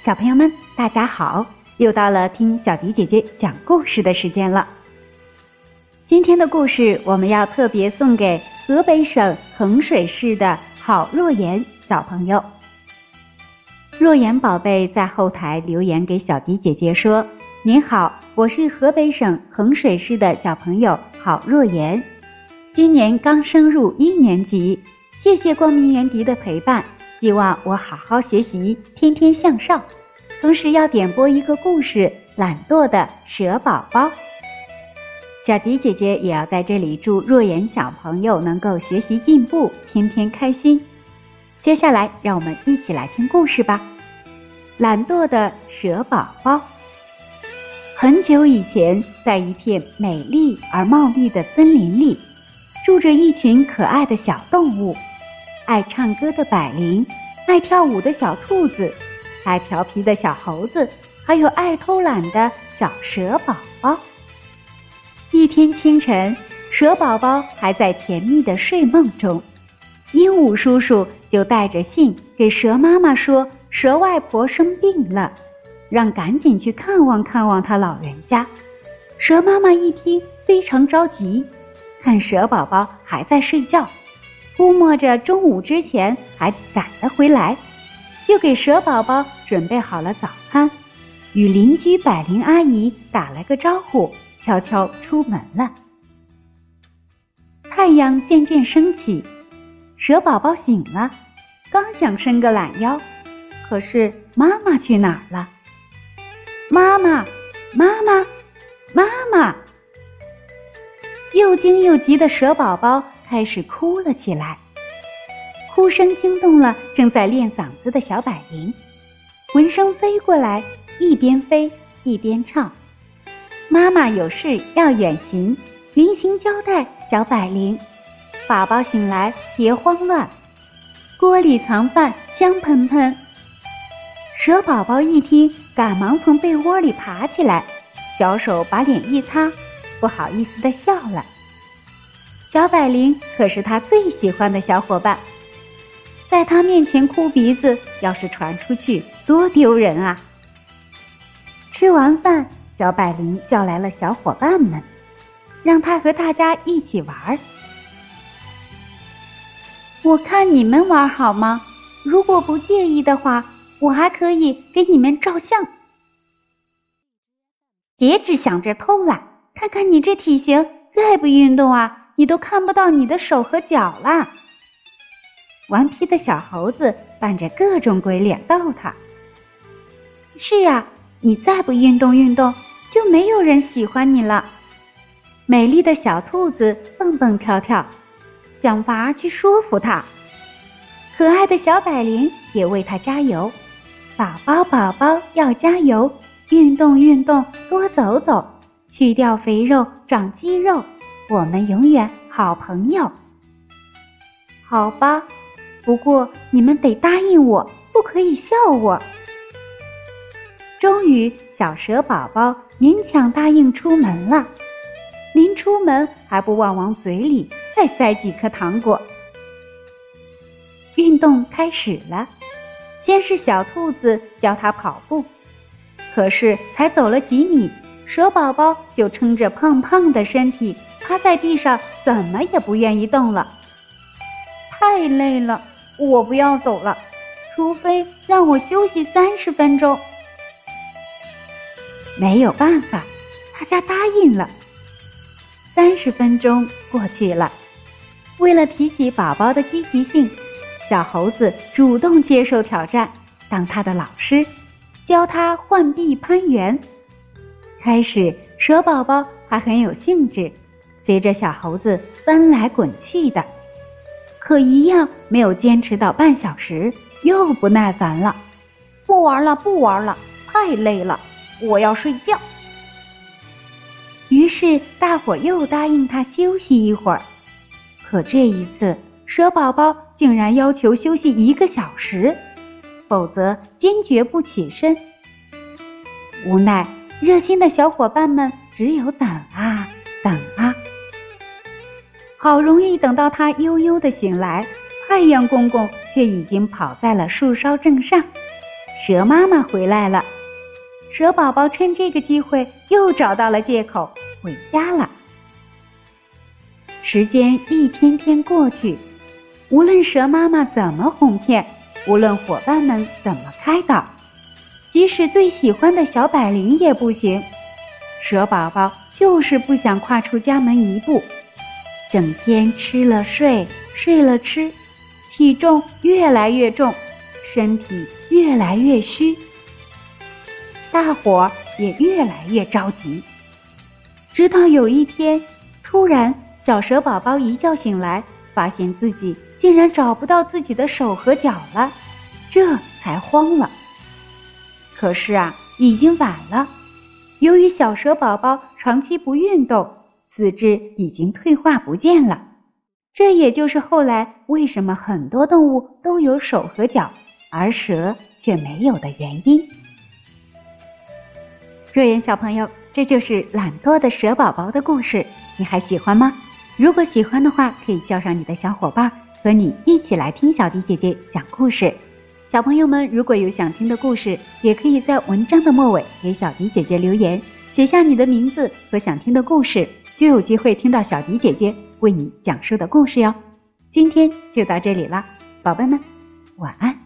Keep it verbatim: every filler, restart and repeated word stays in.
小朋友们，大家好！又到了听小迪姐姐讲故事的时间了。今天的故事我们要特别送给河北省衡水市的郝若言小朋友。若言宝贝在后台留言给小迪姐姐说：您好，我是河北省衡水市的小朋友郝若言，今年刚升入一年级，谢谢光明园迪的陪伴，希望我好好学习，天天向上。同时要点播一个故事，懒惰的蛇宝宝。小迪姐姐也要在这里祝若言小朋友能够学习进步，天天开心。接下来让我们一起来听故事吧。懒惰的蛇宝宝。很久以前，在一片美丽而茂密的森林里，住着一群可爱的小动物，爱唱歌的百灵，爱跳舞的小兔子，爱调皮的小猴子，还有爱偷懒的小蛇宝宝。一天清晨，蛇宝宝还在甜蜜的睡梦中，鹦鹉叔叔就带着信给蛇妈妈说，蛇外婆生病了，让赶紧去看望看望她老人家。蛇妈妈一听非常着急，看蛇宝宝还在睡觉，估摸着中午之前还赶得回来，就给蛇宝宝准备好了早餐，与邻居百灵阿姨打了个招呼，悄悄出门了。太阳渐渐升起，蛇宝宝醒了，刚想伸个懒腰，可是妈妈去哪儿了？妈妈，妈妈，妈妈！又惊又急的蛇宝宝开始哭了起来，哭声惊动了正在练嗓子的小百灵，闻声飞过来，一边飞一边唱：妈妈有事要远行，临行交代小百灵，宝宝醒来别慌乱，锅里藏饭香喷喷。蛇宝宝一听，赶忙从被窝里爬起来，小手把脸一擦，不好意思地笑了。小百灵可是他最喜欢的小伙伴，在他面前哭鼻子，要是传出去多丢人啊！吃完饭，小百灵叫来了小伙伴们，让他和大家一起玩。我看你们玩好吗？如果不介意的话，我还可以给你们照相。别只想着偷懒，看看你这体型，再不运动啊，你都看不到你的手和脚啦。顽皮的小猴子扮着各种鬼脸逗他。是啊，你再不运动运动，就没有人喜欢你了。美丽的小兔子蹦蹦跳跳，想法去说服他。可爱的小百灵也为他加油，宝宝宝宝要加油，运动运动多走走，去掉肥肉长肌肉，我们永远好朋友。好吧，不过你们得答应我，不可以笑我。终于小蛇宝宝勉强答应出门了，临出门还不忘往嘴里再塞几颗糖果。运动开始了，先是小兔子教它跑步，可是才走了几米，蛇宝宝就撑着胖胖的身体趴在地上，怎么也不愿意动了。太累了，我不要走了，除非让我休息三十分钟。没有办法，大家答应了。三十分钟过去了，为了提起宝宝的积极性，小猴子主动接受挑战，当他的老师，教他换臂攀援。开始蛇宝宝还很有兴致，随着小猴子翻来滚去的，可一样没有坚持到半小时，又不耐烦了。不玩了不玩了，太累了，我要睡觉。于是大伙又答应他休息一会儿，可这一次蛇宝宝竟然要求休息一个小时，否则坚决不起身。无奈热心的小伙伴们只有等啊等啊，好容易等到他悠悠地醒来，太阳公公却已经跑在了树梢正上。 蛇妈妈回来了。蛇宝宝趁这个机会又找到了借口回家了。时间一天天过去，无论蛇妈妈怎么哄骗，无论伙伴们怎么开导，即使最喜欢的小百灵也不行。蛇宝宝就是不想跨出家门一步，整天吃了睡，睡了吃，体重越来越重，身体越来越虚，大伙儿也越来越着急。直到有一天，突然小蛇宝宝一觉醒来，发现自己竟然找不到自己的手和脚了，这才慌了。可是啊，已经晚了。由于小蛇宝宝长期不运动，四肢已经退化不见了。这也就是后来为什么很多动物都有手和脚，而蛇却没有的原因。若言小朋友，这就是懒惰的蛇宝宝的故事，你还喜欢吗？如果喜欢的话，可以叫上你的小伙伴，和你一起来听小迪姐姐讲故事。小朋友们如果有想听的故事，也可以在文章的末尾给小迪姐姐留言，写下你的名字和想听的故事，就有机会听到小迪姐姐为你讲述的故事哟。今天就到这里了，宝贝们，晚安。